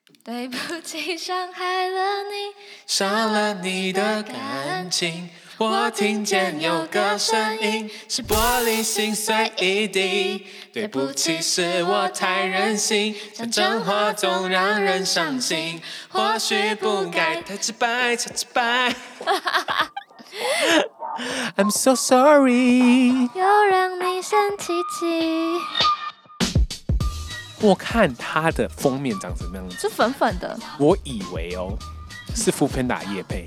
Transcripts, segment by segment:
对不起，伤害了你， 伤了你的感情。我听见有个声音，是玻璃心碎一地。对不起，是我太任性，讲真话总让人伤心。或许不该太直白，太直白。I'm so sorry。 又让你生气气。 我看它的封面长什么样子？ 是粉粉的。 我以为哦，是 Foodpanda 业配。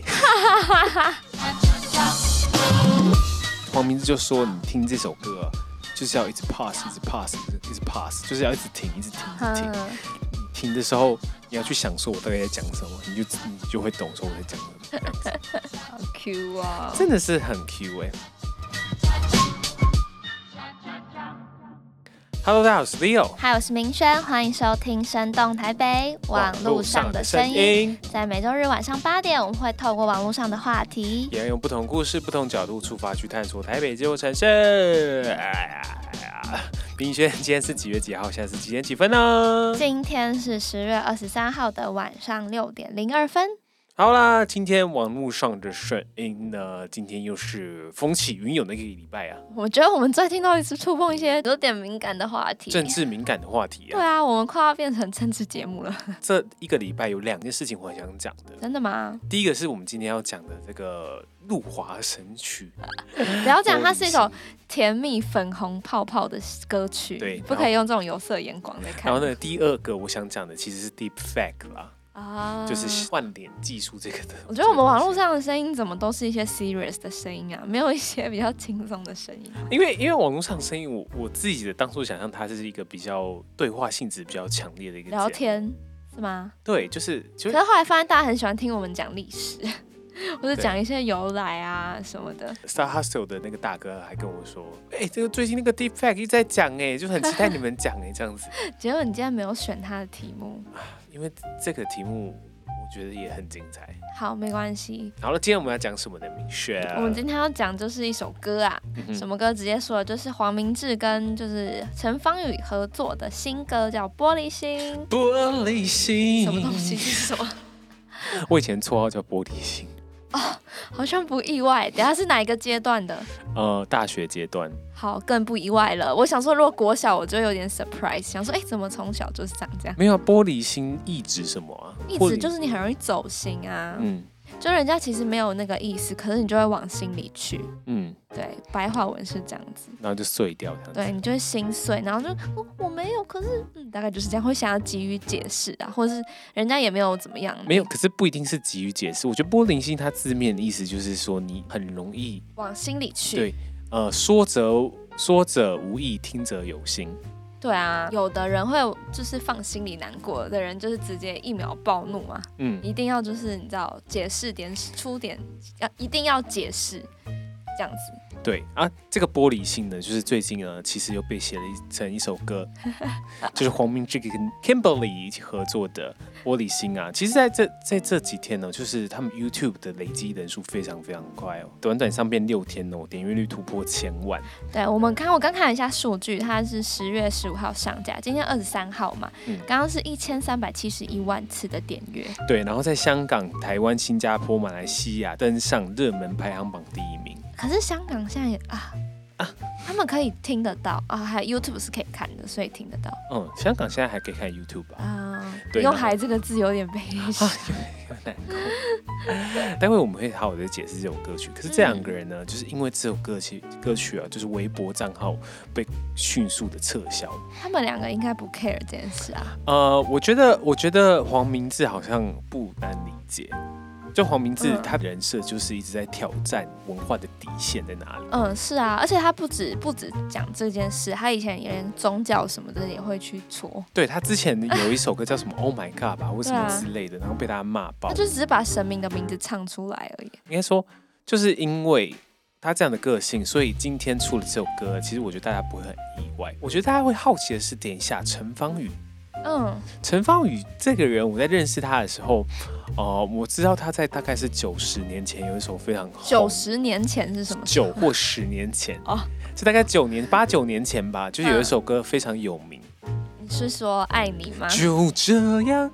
黄明志就说：“你听这首歌，就是要一直 pass， 一直 pass， 一直 pass， 就是要一直停，一直停，一直停。你停的时候，你要去想说我大概在讲什么，你就会懂说我在讲什么。 好 Q 啊！ 真的是很 Q 哎。Hello， 大家好，我是 Leo， 嗨，我是明轩，欢迎收听《生动台北》网络上的声音。在每周日晚上8点，我们会透过网络上的话题， 也用不同故事、不同角度出发去探索台北这座城市。明轩，今天是几月几号？现在是几点几分呢？ 今天是10月23号的晚上6点02分。 好啦，今天网络上的声音呢，今天又是风起云涌的一个礼拜啊。 我觉得我们最近都一直触碰一些有点敏感的话题， 政治敏感的话题啊。 对啊，我们快要变成政治节目了。 这一个礼拜有2件事情我很想讲的。 真的吗？ 第一个是我们今天要讲的这个路华神曲。 不要讲它是一首甜蜜粉红泡泡的歌曲， 对， 不可以用这种有色眼光来看。 然后呢，第二个我想讲的其实是 Deep Fake 啦。就是换脸技术这个的。 我觉得我们网络上的声音怎么都是一些 serious 的声音啊，没有一些比较轻松的声音。 因为网络上的声音，我自己的当初想象它是一个比较对话性质比较强烈的一个聊天是吗？ 对，就是。 可是后来发现大家很喜欢听我们讲历史，或者讲一些由来啊什么的。 Star Hustle 的那个大哥还跟我说：“这个最近那个 Deep Fake 一直在讲就很期待你们讲这样子。” 结果你今天没有选他的题目。 因为这个题目我觉得也很精彩。 好，没关系。 好了，今天我们要讲什么的明轩？ 我们今天要讲就是一首歌啊，什么歌？直接说，就是黄明志跟就是陈芳语合作的新歌，叫《玻璃心》。 玻璃心， 什么东西？这是什么？ 我以前绰号叫玻璃心。 哦，好像不意外。等一下是哪一个阶段的？ 大学阶段。 好，更不意外了。我想说，如果国小，我就有点 surprise， 想说，怎么从小就是长这样？ 没有玻璃心意指什么啊？ 意指就是你很容易走心啊。就人家其实没有那个意思，可是你就会往心里去。对，白话文是这样子， 然后就碎掉这样子。 对，你就会心碎，然后就我没有，可是大概就是这样，会想要急于解释啊，或者是人家也没有怎么样。 没有，可是不一定是急于解释。我觉得玻璃心它字面的意思就是说你很容易往心里去。 对，说者无意，听者有心。 对啊，有的人会就是放心里难过的人，就是直接一秒暴怒嘛。一定要就是你知道解释点出点，一定要解释这样子。 对啊，这个玻璃心呢，就是最近呢，其实又被写了成一首歌，就是黄明志跟 Kimberly 一起合作的《玻璃心》啊。其实在这几天呢，就是他们 YouTube 的累积人数非常非常快哦，短短上片6天哦，点阅率突破1000万。 对，我刚看了一下数据，它是10月15号上架，今天23号嘛，刚刚是1371万次的点阅。 对，然后在香港、台湾、新加坡、马来西亚登上热门排行榜第1名。 可是香港现在也他们可以听得到啊，还有 YouTube 是可以看的，所以听得到。 香港现在还可以看 YouTube 啊。对， 用"还"这个字有点悲伤， 有难过。待会我们会好好的解释这首歌曲。可是这2个人呢，就是因为这首歌曲啊，就是微博账号被迅速的撤销。 他们2个应该不 care 这件事啊。 我觉得黄明志好像不难理解。就黄明志他的人设就是一直在挑战文化的底线在哪里。 是啊，而且他不止讲这件事，他以前也连宗教什么的也会去戳。 对，他之前有一首歌叫什么 Oh My God 吧，或什么之类的，然后被大家骂爆。 他就只是把神明的名字唱出来而已。 应该说，就是因为他这样的个性，所以今天出了这首歌，其实我觉得大家不会很意外。我觉得大家会好奇的是，等一下陈芳语。陈芳语这个人，我在认识他的时候，我知道他在大概是90年前有一首非常红。 90年前是什么 ？9或10年前是大概8、9年前吧，就是有一首歌非常有名。 你是说爱你吗？ 就这样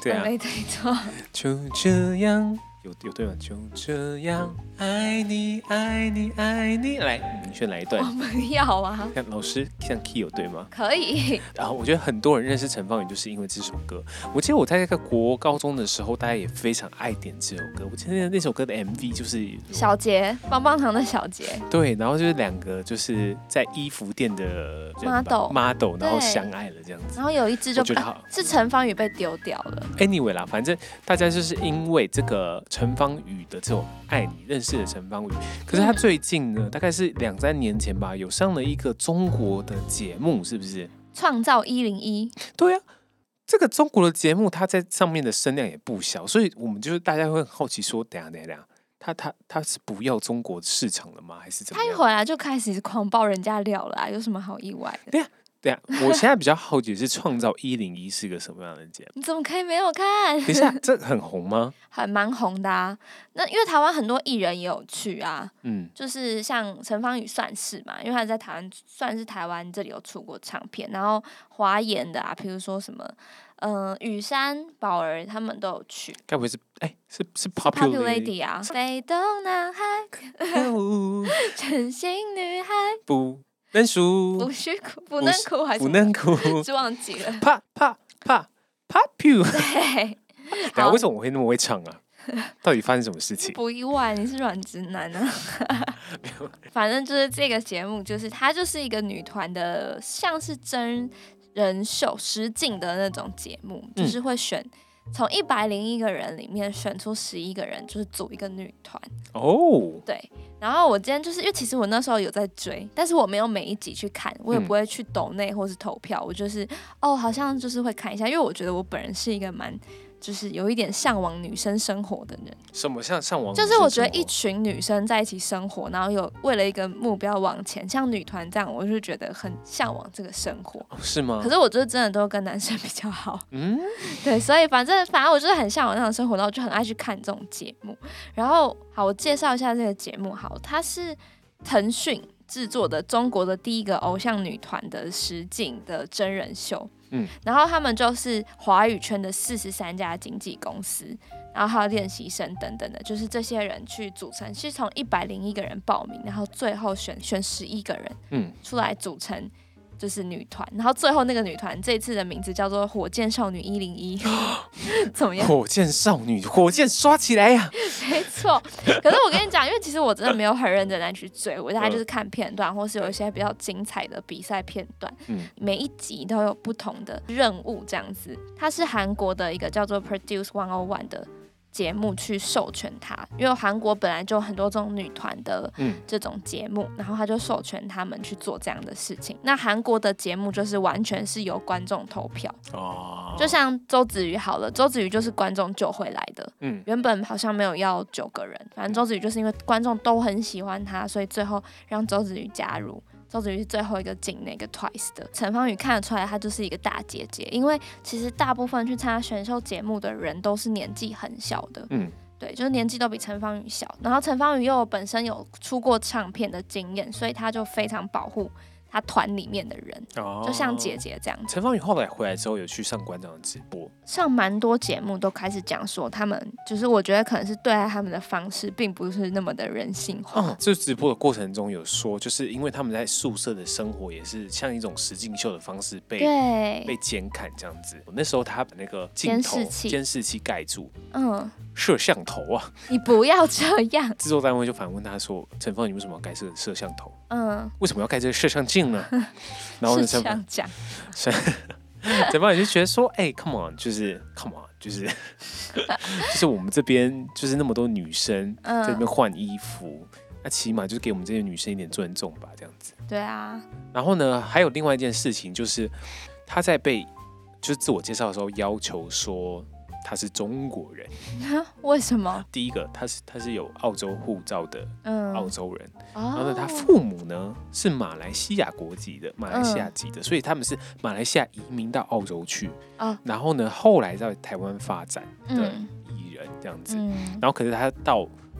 对啊， 没对错。 就这样。有对吗？就这样爱你爱你爱你，来，明轩来一段。 我不要啊！ 看老师像 key 有对吗？ 可以。 然后我觉得很多人认识陈芳语，就是因为这首歌。我记得我在那个国高中的时候，大家也非常爱点这首歌。我记得那首歌的 MV 就是小杰，棒棒糖的小杰。 对，然后就是两个就是在衣服店的 model， 然后相爱了这样子。 然后有一支是陈芳语被丢掉了。 Anyway 啦，反正大家就是因为这个陈芳语的这种爱你认识了陈芳语，可是他最近呢，大概是2-3年前吧，有上了一个中国的节目，是不是？ 创造101。 对啊，这个中国的节目，它在上面的声量也不小，所以我们就是大家会很好奇说，等一下，他是不要中国市场了吗？还是怎么样？ 他一回来就开始狂爆人家料了有什么好意外的？ 对啊，我现在比较好奇是创造101是个什么样的节目？ 你怎么可以没有看？ 等一下，这很红吗？ 还蛮红的啊。那因为台湾很多艺人也有去啊，就是像陈芳语算是嘛，因为他在台湾算是台湾这里有出过唱片，然后华研的啊，比如说什么雨山、宝儿他们都有去。 该不会是是 Popular Lady 啊？飞动男孩，真心女孩， 不能输， 不许哭，不能哭，还是不能哭， 是忘记了。 啪啪啪啪 Pew。 对， 等下为什么我会那么会唱啊？到底发生什么事情？ 不意外，你是软直男啊。反正就是这个节目，就是它就是一个女团的，像是真人秀实境的那种节目，就是会选从101个人里面选出11个人，就是组一个女团。 哦， 对。然后我今天就是因为其实我那时候有在追，但是我没有每一集去看，我也不会去抖内或是投票，我就是好像就是会看一下，因为我觉得我本人是一个就是有一点向往女生生活的人。 什么像向往？ 就是我觉得一群女生在一起生活，然后有为了一个目标往前，像女团这样，我就觉得很向往这个生活。 是吗？ 可是我就是真的都跟男生比较好。对，所以反正我就是很向往那种生活，然后我就很爱去看这种节目。然后好，我介绍一下这个节目。好，它是腾讯制作的中国的第一个偶像女团的实境的真人秀。然后他们就是华语圈的43家经纪公司，然后还有练习生等等的，就是这些人去组成，是从101个人报名，然后最后选11个人，出来组成就是女团，然后最后那个女团这一次的名字叫做火箭少女101。怎么样？ 火箭少女，火箭刷起来呀！ 没错。可是我跟你讲，因为其实我真的没有很认真的去追，我大概就是看片段，或是有一些比较精彩的比赛片段。每一集都有不同的任务，这样子。它是韩国的一个叫做 Produce 101的节目去授权他，因为韩国本来就有很多这种女团的这种节目，然后他就授权他们去做这样的事情。那韩国的节目就是完全是由观众投票，就像周子瑜好了，周子瑜就是观众救回来的，原本好像没有要9个人，反正周子瑜就是因为观众都很喜欢他，所以最后让周子瑜加入。周子瑜是最后一个进那个 Twice 的。陈芳语看得出来，她就是一个大姐姐，因为其实大部分去参加选秀节目的人都是年纪很小的，对，就是年纪都比陈芳语小。然后陈芳语又本身有出过唱片的经验，所以她就非常保护他团里面的人，就像姐姐这样。 陈芳语后来回来之后，有去上馆长的直播， 上蛮多节目都开始讲说，他们就是我觉得可能是对待他们的方式，并不是那么的人性化。 这直播的过程中有说，就是因为他们在宿舍的生活也是像一种实境秀的方式被监看这样子。那时候他把那个镜头监视器盖住，摄像头啊！ 你不要这样。 制作单位就反问他说：“陈芳，你为什么要盖这个摄像头？为什么要盖这个摄像镜呢？”然后呢， 是这样讲。 陈芳就觉得说：“come on， 就是 come on， 就是我们这边就是那么多女生在那边换衣服，那起码就是给我们这些女生一点尊重吧，这样子。” 对啊。 然后呢，还有另外一件事情，就是他在就是自我介绍的时候要求说。他是中国人， 为什么？ 第一个，他是有澳洲护照的澳洲人，然后呢，他父母呢是马来西亚国籍的，马来西亚籍的，所以他们是马来西亚移民到澳洲去，然后呢，后来在台湾发展的艺人这样子，然后可是他到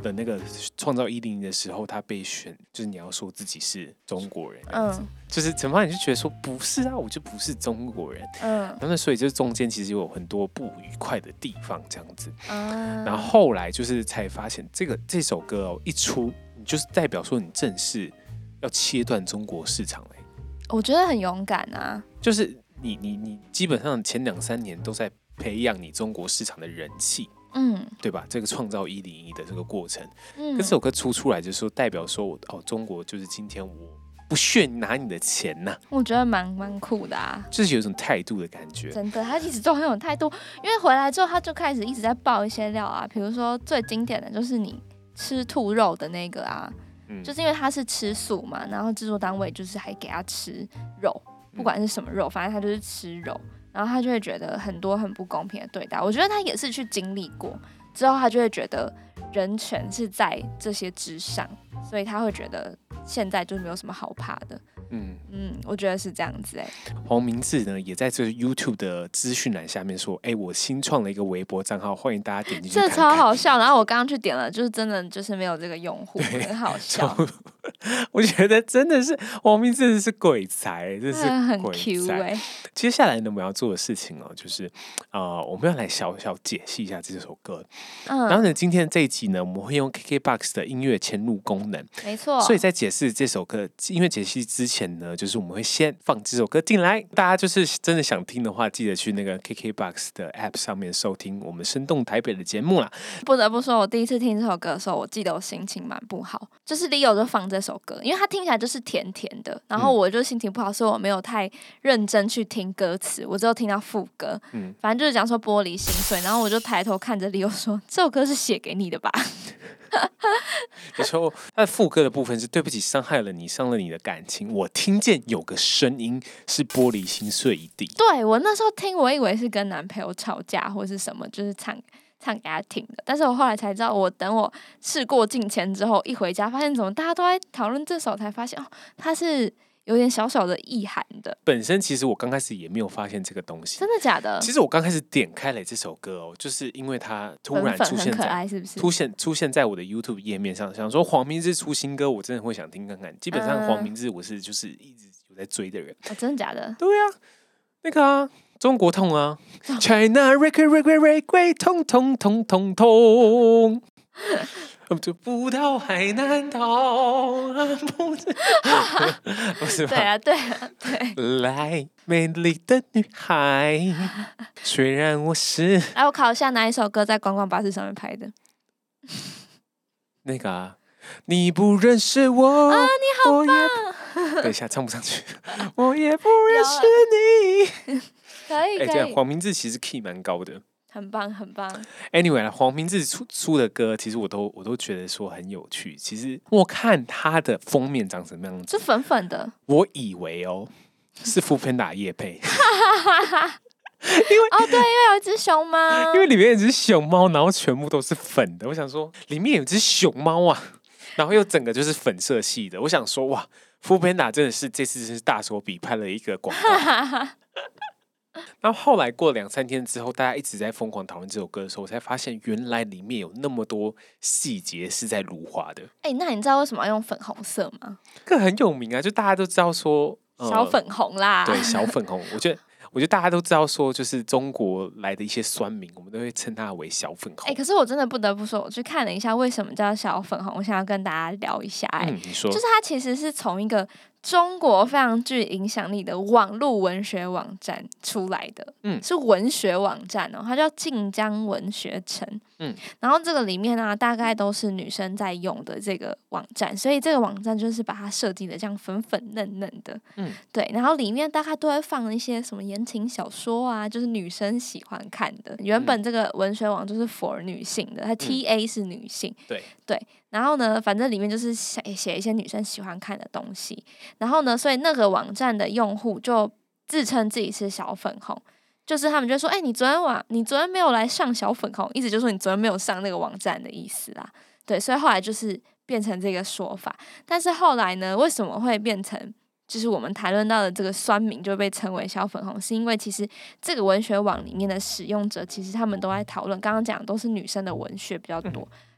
的那个创造101的时候，他被选，就是你要说自己是中国人，就是陈芳你就觉得说不是啊，我就不是中国人，然后所以就中间其实有很多不愉快的地方这样子，然后后来就是才发现这首歌一出，你就是代表说你正式要切断中国市场嘞， 我觉得很勇敢啊， 就是你基本上前2-3年都在培养你中国市场的人气。对吧？这个创造101的这个过程，可这首歌出来就是说，代表说中国就是今天我不屑拿你的钱呐， 我觉得蛮酷的啊， 就是有一种态度的感觉。 真的，他一直都很有态度，因为回来之后他就开始一直在爆一些料啊，比如说最经典的就是你吃兔肉的那个啊，就是因为他是吃素嘛，然后制作单位就是还给他吃肉，不管是什么肉，反正他就是吃肉。然后他就会觉得很多很不公平的对待，我觉得他也是去经历过之后，他就会觉得人权是在这些之上，所以他会觉得现在就没有什么好怕的。我觉得是这样子黄明志呢也在这个 YouTube 的资讯栏下面说，我新创了一个微博账号，欢迎大家点进去看看。 这超好笑，然后我刚刚去点了，就是真的就是没有这个用户，很好笑。 我觉得真的是黄明志是鬼才，这是很鬼 Q 接下来呢，我们要做的事情就是我们要来小小解析一下这首歌。然后呢，今天这一集呢，我们会用 KKBOX 的音乐嵌入功能， 没错。 所以在解释这首歌音乐解析之前呢，就是我们会先放这首歌进来。大家就是真的想听的话，记得去那个 KKBOX 的 App 上面收听我们生动台北的节目啦。 不得不说，我第一次听这首歌的时候，我记得我心情蛮不好，就是 Leo 就放这首歌，因为他听起来就是甜甜的，然后我就心情不好，所以我没有太认真去听歌词，我只有听到副歌，反正就是讲说玻璃心碎，然后我就抬头看着 Leo 说，这首歌是写给你的吧？ 有时候他的副歌的部分是对不起伤害了你，伤了你的感情，我听见有个声音是玻璃心碎一地。 对，我那时候听我以为是跟男朋友吵架或是什么，就是唱给他听的，但是我后来才知道，我等我事过境迁之后一回家发现怎么大家都在讨论这首，才发现它是有点小小的意涵的。 本身其实我刚开始也没有发现这个东西。 真的假的？ 其实我刚开始点开了这首歌就是因为它突然出现在很可爱是不是？ 出现在我的 YouTube 页面上，想说黄明志出新歌，我真的会想听看看。基本上黄明志我是就是一直有在追的人。 真的假的？ 对啊，那个中国痛啊 ，China reggae 痛痛痛痛痛。这不到海南岛，不是吧？ 对啊，对。 来，美丽的女孩，虽然我是…… 来，我考一下哪一首歌在观光巴士上面拍的？ 那个你不认识我啊，你好棒！ 等一下，唱不上去。我也不认识你。 可以。 这样黄明志其实 key 蛮高的。 很棒，很棒。 Anyway， 黄明志出的歌，其实我都觉得说很有趣。其实我看他的封面长什么样子， 是粉粉的。 我以为是Foodpanda业配， 因为有一只熊猫， 因为里面有一只熊猫，然后全部都是粉的。我想说，里面有一只熊猫啊，然后又整个就是粉色系的。我想说，哇，Foodpanda真的是这次是大手笔拍了一个广告。然后后来过2-3天之后，大家一直在疯狂讨论这首歌的时候，我才发现原来里面有那么多细节是在辱华的。 那你知道为什么要用粉红色吗？ 这个很有名啊，就大家都知道说， 小粉红啦。 对，小粉红。我觉得大家都知道说，就是中国来的一些酸民，我们都会称它为小粉红。 可是我真的不得不说，我去看了一下为什么叫小粉红，我想要跟大家聊一下。 你说， 就是它其实是从一个中国非常具影响力的网络文学网站出来的，是文学网站它叫晋江文学城，然后这个里面呢，大概都是女生在用的这个网站，所以这个网站就是把它设计的这样粉粉嫩嫩的，对，然后里面大概都会放一些什么言情小说啊，就是女生喜欢看的。原本这个文学网就是 for 女性的，它 TA 是女性，对，然后呢，反正里面就是写一些女生喜欢看的东西。然后呢，所以那个网站的用户就自称自己是小粉红，就是他们就说：“你昨天没有来上小粉红，意思就是说你昨天没有上那个网站的意思啦。”对，所以后来就是变成这个说法。但是后来呢，为什么会变成就是我们谈论到的这个酸民就被称为小粉红？是因为其实这个文学网里面的使用者，其实他们都在讨论，刚刚讲的都是女生的文学比较多。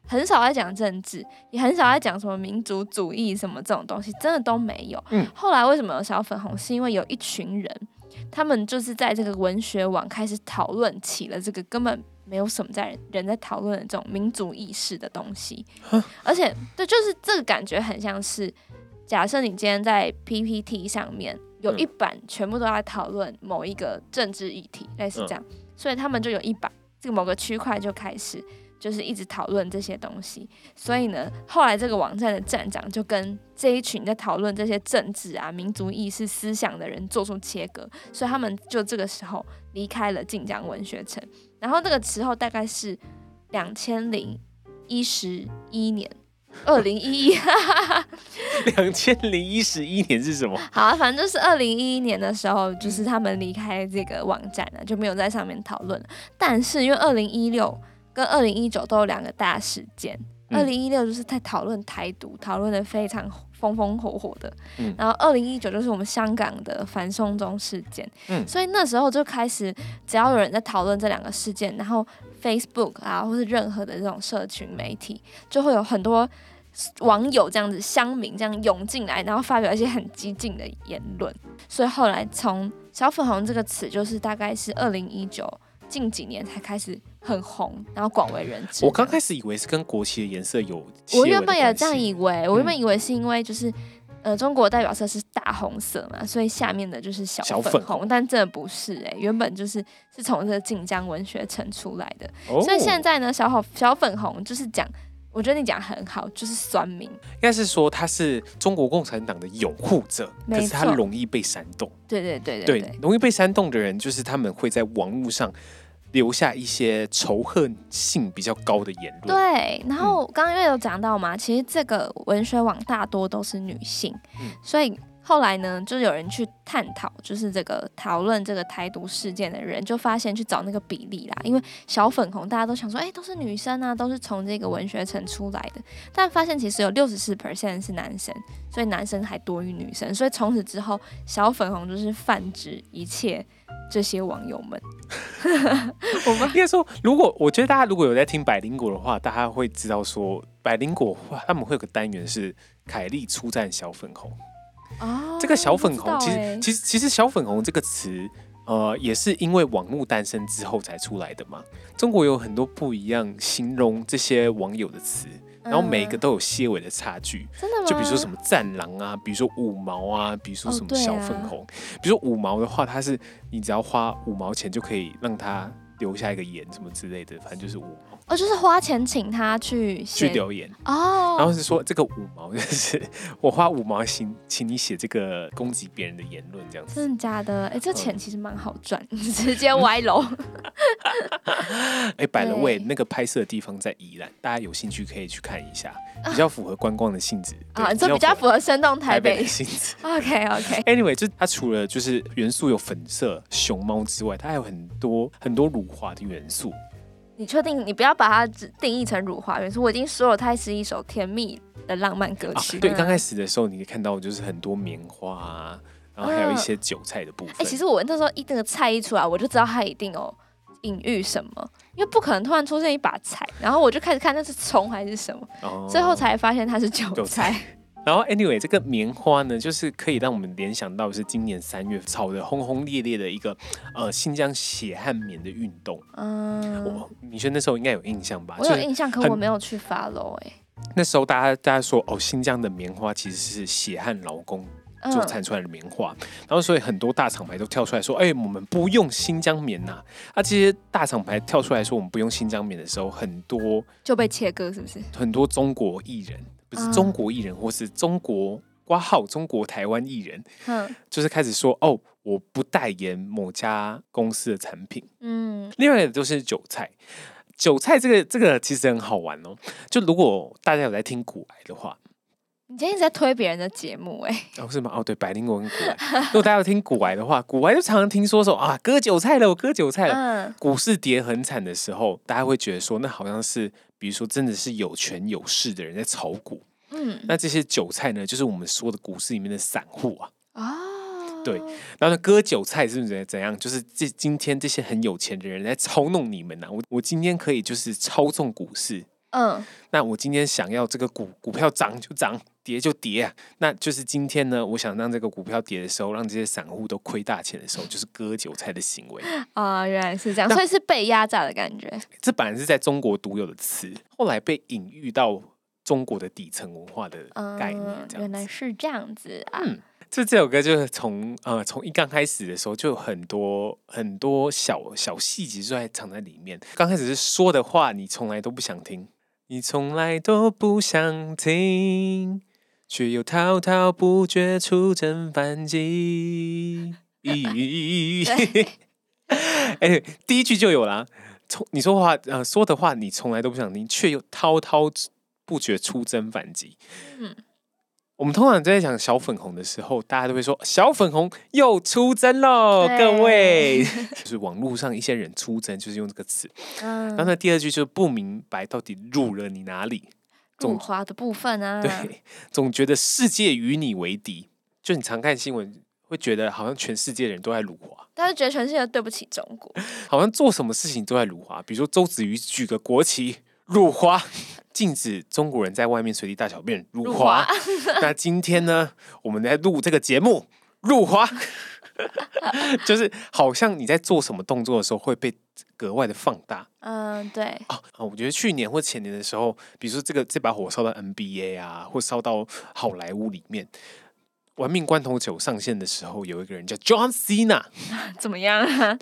很少在讲政治，也很少在讲什么民族主义什么这种东西，真的都没有。后来为什么有小粉红？是因为有一群人，他们就是在这个文学网开始讨论起了这个根本没有什么人在讨论的这种民族意识的东西，而且对，就是这个感觉很像是，假设你今天在 PPT 上面有一版全部都在讨论某一个政治议题，类似这样，所以他们就有一版这个某个区块就开始就是一直讨论这些东西，所以呢，后来这个网站的站长就跟这一群在讨论这些政治啊、民族意识思想的人做出切割，所以他们就这个时候离开了晋江文学城。然后那个时候大概是2011年，2011 2011年是什么？ 好啊，反正就是2011年的时候，就是他们离开这个网站了，就没有在上面讨论了。但是因为2016跟2019都有2个大事件，2016就是在讨论台独，讨论的非常风风火火的，然后2019就是我们香港的反送中事件，所以那时候就开始，只要有人在讨论这2个事件，然后 Facebook 啊，或是任何的这种社群媒体，就会有很多网友这样子乡民这样涌进来，然后发表一些很激进的言论，所以后来从小粉红这个词，就是大概是2019近几年才开始很红，然后广为人知。 我刚开始以为是跟国旗的颜色有我原本也这样以为，我原本以为是因为就是中国代表色是大红色嘛，所以下面的就是小粉红，但真的不是原本是从这个晋江文学城出来的，所以现在呢，小粉红就是讲。我觉得你讲很好，就是酸民， 应该是说他是中国共产党的拥护者，可是他容易被煽动。 对， 容易被煽动的人，就是他们会在网络上留下一些仇恨性比较高的言论。 对，然后刚刚因为有讲到嘛，其实这个文学网大多都是女性，所以后来呢，就有人去探讨，就是这个讨论这个台独事件的人，就发现去找那个比例啦。因为小粉红大家都想说，都是女生啊，都是从这个文学城出来的，但发现其实有64% 是男生，所以男生还多于女生，所以从此之后，小粉红就是泛指一切这些网友们。 我们应该说，我觉得大家如果有在听百灵果的话，大家会知道说，百灵果他们会有个单元是凯莉出战小粉红。这个小粉红其实小粉红这个词，也是因为网络诞生之后才出来的嘛。中国有很多不一样形容这些网友的词，然后每一个都有些微的差距。 真的吗？ 就比如说什么战狼啊，比如说五毛啊，比如说什么小粉红。比如说五毛的话，它是你只要花5毛钱就可以让它留下一个言什么之类的，反正就是5毛。 就是花钱请他去留言然后是说这个5毛就是我花5毛请你写这个攻击别人的言论，这样子。 真的假的？这钱其实蛮好赚，直接歪楼。 by the way， 那个拍摄的地方在宜兰，大家有兴趣可以去看一下，比较符合观光的性质你说比较符合生动台北的性质。 OK。 Anyway， 就它除了就是元素有粉色、熊猫之外，它还有很多辱华的元素。 你确定你不要把它定义成辱华元素？我已经说了，它是一首甜蜜的浪漫歌曲。 对，刚开始的时候你可以看到就是很多棉花啊，然后还有一些韭菜的部分。 其实我那时候那个菜一出来，我就知道它一定有隐喻什么，因为不可能突然出现一把菜，然后我就开始看那是葱还是什么，最后才发现它是韭菜。 然后 anyway， 这个棉花呢，就是可以让我们联想到是今年3月炒得轰轰烈烈的一个新疆血汗棉的运动。米轩那时候应该有印象吧？ 我有印象，可我没有去 follow 那时候大家说新疆的棉花其实是血汗劳工所产出来的棉花，然后所以很多大厂牌都跳出来说，我们不用新疆棉呐。这些大厂牌跳出来说我们不用新疆棉的时候，很多就被切割，是不是？ 很多中国艺人。不是中国艺人，或是中国台湾艺人，就是开始说我不代言某家公司的产品。另外都是韭菜这个其实很好玩哦。就如果大家有在听股癌的话， 你今天一直在推别人的节目是吗？对，百灵果跟股癌。如果大家有听股癌的话，股癌就常常听说割韭菜了，我割韭菜了。股市跌很惨的时候，大家会觉得说那好像是比如说真的是有权有势的人在炒股。那这些韭菜呢，就是我们说的股市里面的散户对，然后呢，割韭菜是不是怎样？就是今天这些很有钱的人在操弄你们我今天可以就是操纵股市， 那我今天想要这个股票涨就涨，跌就跌啊。那就是今天呢，我想让这个股票跌的时候，让这些散户都亏大钱的时候，就是割韭菜的行为啊。原来是这样，所以是被压榨的感觉。 这本来是在中国独有的词，后来被隐喻到中国的底层文化的概念。 原来是这样子啊。 这首歌就是从一刚开始的时候就有很多小细节就在藏在里面。刚开始是说的话你从来都不想听，你从来都不想听，却又滔滔不绝出征反击。第一句就有啦，你说的话你从来都不想听，却又滔滔不绝出征反击。我们通常在讲小粉红的时候，大家都会说小粉红又出征了，各位。就是网络上一些人出征，就是用这个词。然后呢，第二句就是不明白到底辱了你哪里， 辱华的部分啊。 对，总觉得世界与你为敌。就你常看新闻，会觉得好像全世界人都在辱华， 但是觉得全世界对不起中国， 好像做什么事情都在辱华。比如说周子瑜举个国旗，辱华。禁止中国人在外面随地大小便，辱华。那今天呢，我们在录这个节目，辱华，就是好像你在做什么动作的时候会被格外的放大。 对。 我觉得去年或前年的时候，比如说这把火烧到 NBA 啊，或烧到好莱坞里面。玩命关头9上线的时候，有一个人叫 John Cena， 怎么样啊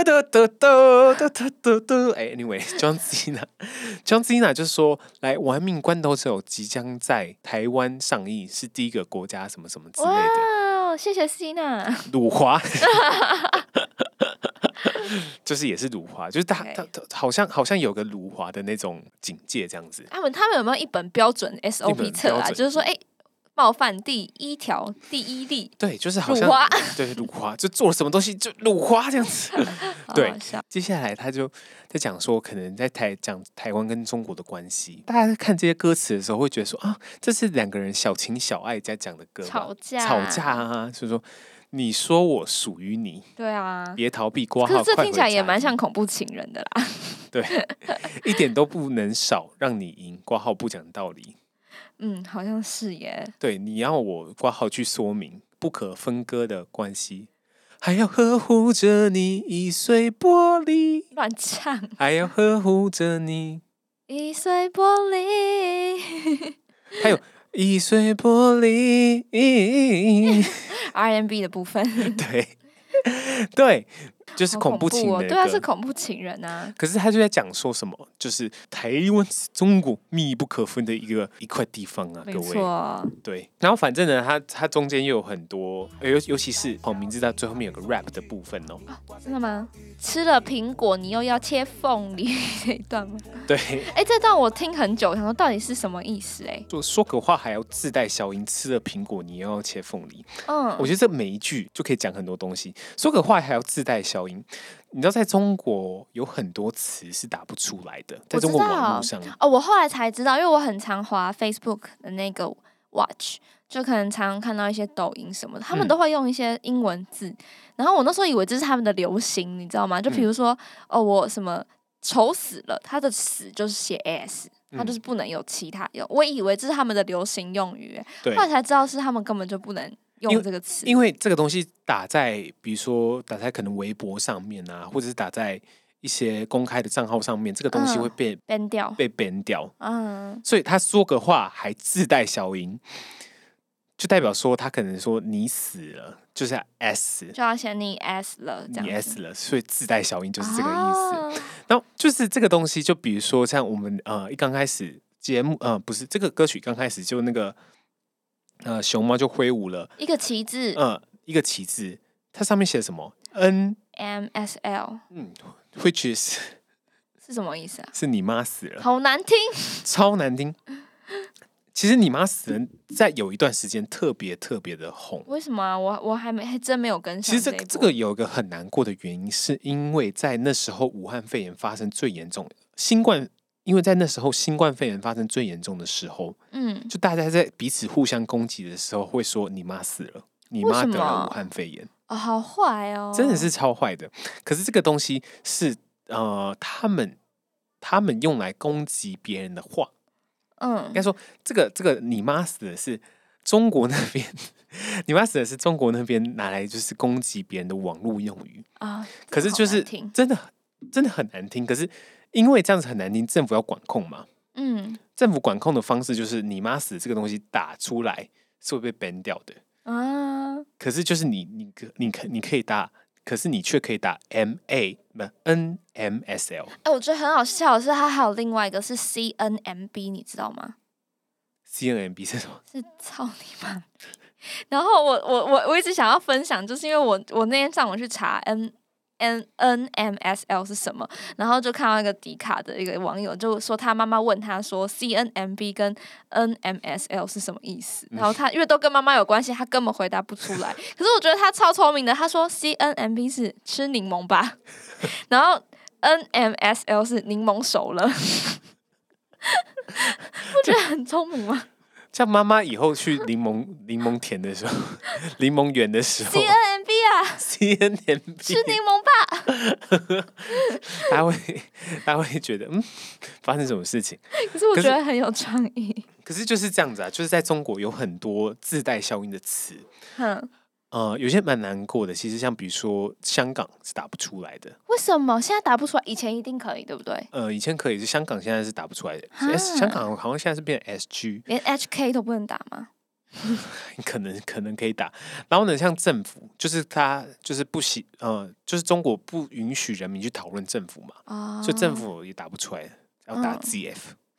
？Anyway， John Cena 就是说，来玩命关头9即将在台湾上映，是第一个国家什么什么之类的。 哇，谢谢 Cena。 辱华，就是也是辱华，就是他好像有个辱华的那种警戒这样子。 他们有没有一本标准 SOP 册啊？就是说，冒犯第1条第1例， 对，就是好像对辱华，就做了什么东西就辱华这样子。对，接下来他就在讲说，可能在讲台湾跟中国的关系。大家在看这些歌词的时候，会觉得说这是2个人小情小爱在讲的歌，吵架啊，就是说你说我属于你， 对啊， 别逃避挂号， 可是这听起来也蛮像恐怖情人的啦。 对，一点都不能少，让你赢，挂号不讲道理。 好像是耶。 对，你要我挂号去说明不可分割的关系，还要呵护着你易碎玻璃， 乱唱， 还要呵护着你易碎玻璃， 还有易碎玻璃 R&B 的部分。 对，就是恐怖情人。 对啊，是恐怖情人啊。 可是他就在讲说什么，就是台湾是中国密不可分的一块地方啊，各位。对，然后反正呢，它中间又有很多，尤其是名字到最后面有个 rap 的部分哦。 真的吗？吃了苹果，你又要切凤梨这一段吗？ 对。 这段我听很久，想说到底是什么意思？ 说个话还要自带消音，吃了苹果，你又要切凤梨。我觉得这每一句就可以讲很多东西。说个话还要自带消音，你知道在中国有很多词是打不出来的，在中国网络上。 我后来才知道，因为我很常滑 Facebook 的那个 Watch， 就可能常常看到一些抖音什么的，他们都会用一些英文字，然后我那时候以为这是他们的流行，你知道吗？就比如说我什么丑死了，他的死就是写 s， 他就是不能有其他用，我以为这是他们的流行用语，后来才知道是他们根本就不能用这个词， 因为这个东西打在比如说打在可能微博上面啊，或者是打在一些公开的账号上面，这个东西会被 ban 掉，所以他说个话还自带消音，就代表说他可能说你死了，就是 s 就要写你 s 了，这样子， 你 s 了，所以自带消音就是这个意思。然后就是这个东西，就比如说像我们一刚开始节目不是这个歌曲刚开始就那个熊猫就挥舞了一个旗帜， 它上面写什么 NMSL， which is 是什么意思啊？ 是你妈死了， 好难听， 超难听。其实你妈死了，在有一段时间特别特别的红。 为什么啊？我还真没有跟上。 其实这个有一个很难过的原因，是因为在那时候武汉肺炎发生最严重，因为在那时候新冠肺炎发生最严重的时候，就大家在彼此互相攻击的时候，会说你妈死了，你妈得了武汉肺炎， 好坏哦， 真的是超坏的。可是这个东西是他他们用来攻击别人的话。应该说这个你妈死的是中国那边，你妈死的是中国那边拿来就是攻击别人的网络用语啊。可是就是真的很难听。可是因为这样子很难听，政府要管控嘛。政府管控的方式就是你妈死这个东西打出来是会被 ban 掉的啊。可是就是你可以打，可是你却可以打 NMSL。 我觉得很好笑的是，它还有另外一个是 CNMB， 你知道吗？ CNMB 是什么？ 是操你妈！然后我一直想要分享，就是因为我那天上午去查 NMSL 是什么，然后就看到一个迪卡的一个网友就说他妈妈问他说 CNMB 跟 NMSL 是什么意思，然后他因为都跟妈妈有关系，他根本回答不出来。可是我觉得他超聪明的，他说 CNMB 是吃柠檬吧，然后 NMSL 是柠檬熟了。不觉得很聪明吗？ 像妈妈以后去柠檬田的时候，柠檬园的时候 ，CNMB 啊 ，CNMB 吃柠檬吧， 他会觉得发生什么事情？ 可是我觉得很有创意。 可是就是这样子啊，就是在中国有很多自带效应的词，有些蛮难过的。其实像比如说香港是打不出来的， 为什么现在打不出来？以前一定可以，对不对？ 以前可以，是香港现在是打不出来的。香港好像现在是变成 SG， 连 HK 都不能打吗？ 可能可以打。然后呢，像政府，就是他就是就是中国不允许人民去讨论政府嘛，所以政府也打不出来，要打 ZF。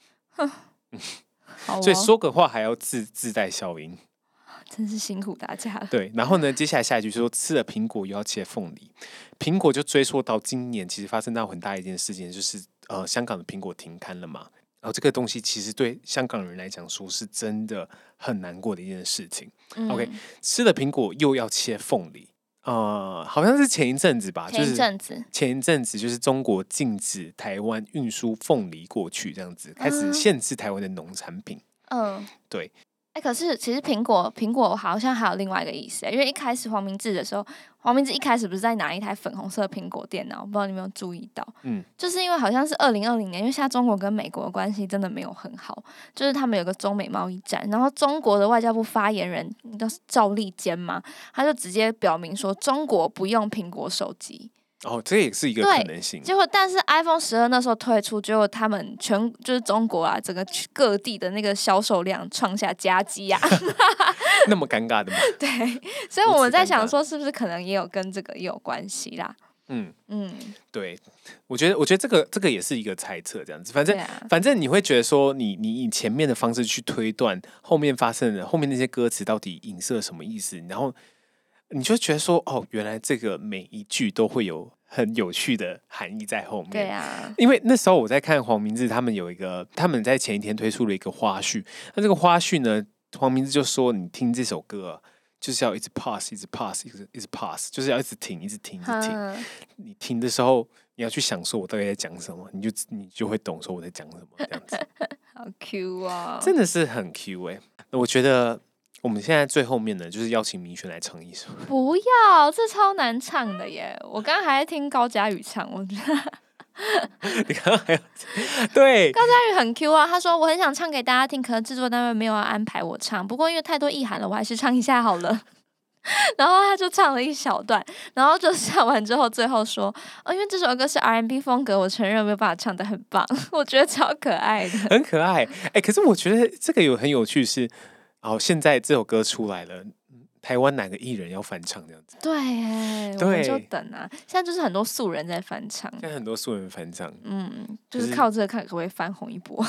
所以说个话还要自带效应。 真是辛苦大家了。 对，然后呢，接下来下一句说吃了苹果又要切凤梨，苹果就追溯到今年，其实发生到很大一件事情，就是香港的苹果停刊了嘛。然后这个东西其实对香港人来讲说是真的很难过的一件事情。OK， 吃了苹果又要切凤梨，好像是前一阵子吧，前一阵子就是中国禁止台湾运输凤梨过去，这样子开始限制台湾的农产品。对。 可是其实苹果好像还有另外一个意思，因为一开始黄明志的时候，黄明志一开始不是在拿一台粉红色苹果电脑，不知道你有没有注意到？就是因为好像是2020年，因为现在中国跟美国的关系真的没有很好，就是他们有个中美贸易战，然后中国的外交部发言人叫赵立坚嘛，他就直接表明说中国不用苹果手机。 这也是一个可能性。 结果，但是 iPhone 12那时候推出，结果他们就是中国啊，整个各地的那个销售量创下佳绩啊， 那么尴尬的吗？ 对，所以我们在想说，是不是可能也有跟这个也有关系啦？ 对，我觉得这个也是一个猜测，这样子。反正你会觉得说，你以前面的方式去推断后面发生的后面那些歌词到底影射什么意思，然后你就觉得说，原来这个每一句都会有很有趣的含义在后面。 对啊， 因为那时候我在看黄明志他们他们在前一天推出了一个花絮，那这个花絮呢，黄明志就说，你听这首歌就是要一直 pass， 一直 pass， 一直 pass， 就是要一直停，一直停，一直停。你停的时候，你要去想说我到底在讲什么，你就会懂说我在讲什么，这样子。 好 Q 啊， 真的是很 Q 我觉得我们现在最后面呢，就是邀请明轩来唱一首。 不要，这超难唱的耶！我刚刚还在听高嘉宇唱，我觉得你刚刚还有对高嘉宇很 Q 啊，他说我很想唱给大家听，可是制作单位没有要安排我唱，不过因为太多意涵了，我还是唱一下好了。然后他就唱了一小段，然后就唱完之后，最后说：“因为这首歌是 R&B 风格，我承认没有办法唱得很棒。”我觉得超可爱的， 很可爱。可是我觉得这个很有趣是，现在这首歌出来了，台湾哪个艺人要翻唱这样子？ 对，我们就等啊。现在就是很多素人在翻唱， 现在很多素人翻唱， 就是靠这个看可不可以翻红一波。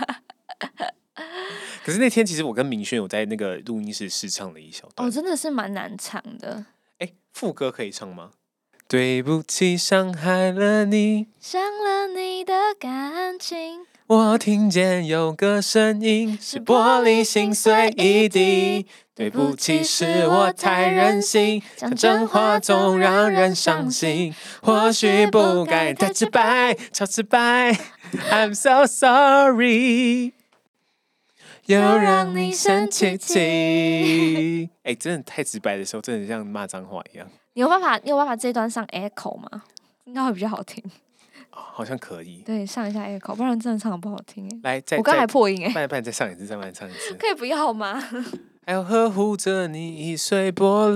可是那天其实我跟明轩有在那个录音室试唱了一小段， 真的是蛮难唱的。 副歌可以唱吗？对不起，伤害了你， 伤了你的感情。 我听见有个声音，是玻璃心碎一地。对不起，是我太任性，讲真话总让人伤心。或许不该太直白，超直白。I'm so sorry。又让你生气气，真的太直白的时候，真的像骂脏话一样。 你有办法这段上 echo 吗？应该会比较好听。 好像可以。 对，上一下 echo， 不然真的唱得不好听。 来， 我刚才破音不然再上一次，再唱一次。 可以不要吗？ 还要呵护着你易碎玻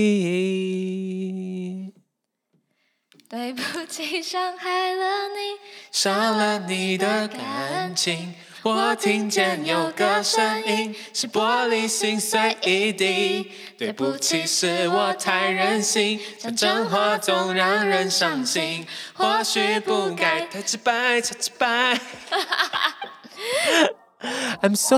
璃。 对不起，伤害了你， 伤了你的感情。我听见有个声音，是玻璃心碎一地。对不起，是我太任性，讲真话总让人伤心。或许不该太直白，太直白。I'm so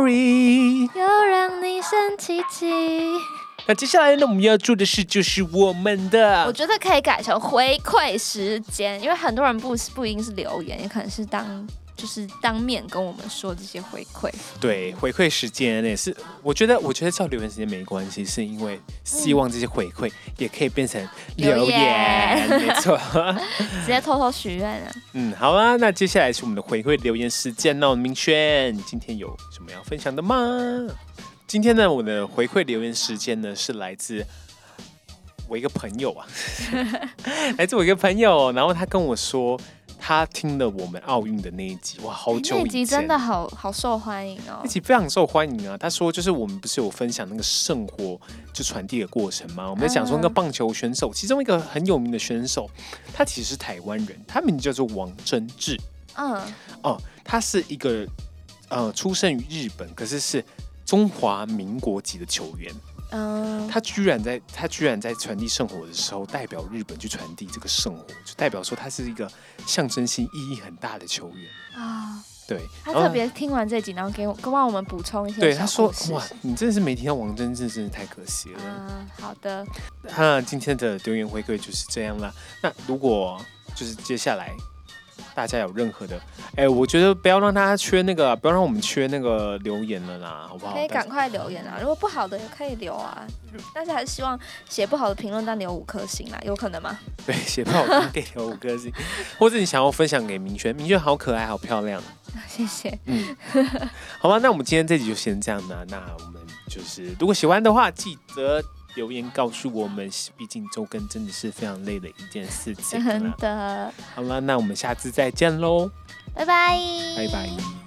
sorry， 又让你生气气。 那接下来呢，我们要做的事就是我们的， 我觉得可以改成回馈时间，因为很多人不一定是留言，也可能是当面跟我们说这些回馈。 对，回馈时间也是，我觉得叫留言时间没关系，是因为希望这些回馈也可以变成留言，没错， 直接偷偷许愿啊。 好啦，那接下来是我们的回馈留言时间哦。明轩，你今天有什么要分享的吗？今天呢，我的回馈留言时间呢是来自我一个朋友啊，来自我一个朋友，然后他跟我说，他听了我们奥运的那一集，哇，好久以前， 那集真的好受欢迎哦， 那集非常受欢迎啊。他说，就是我们不是有分享那个圣火就传递的过程吗？我们在讲说那个棒球选手，其中一个很有名的选手，他其实是台湾人，他名字叫做王贞治。他是一个出生于日本，可是中华民国籍的球员。他居然在传递圣火的时候，代表日本去传递这个圣火，就代表说他是一个象征性意义很大的球员啊。对， 他特别听完这集，然后帮我们补充一些。 对，他说：“哇，你真的是没听到王贞治，真的太可惜了。” 好的。 那今天的留言回馈就是这样啦。那如果就是接下来大家有任何的，我觉得不要让大家缺那个，不要让我们缺那个留言了啦，好不好？ 可以赶快留言啊！如果不好的也可以留啊，但是还是希望写不好的评论但留5颗星啦，有可能吗？ 对，写不好的可以留5颗星，或者你想要分享给明轩，明轩好可爱，好漂亮。 谢谢。 好吧，那我们今天这集就先这样啦。那我们就是如果喜欢的话，记得留言告诉我们，毕竟周更真的是非常累的一件事情。 真的。 好了，那我们下次再见喽， 拜拜， 拜拜。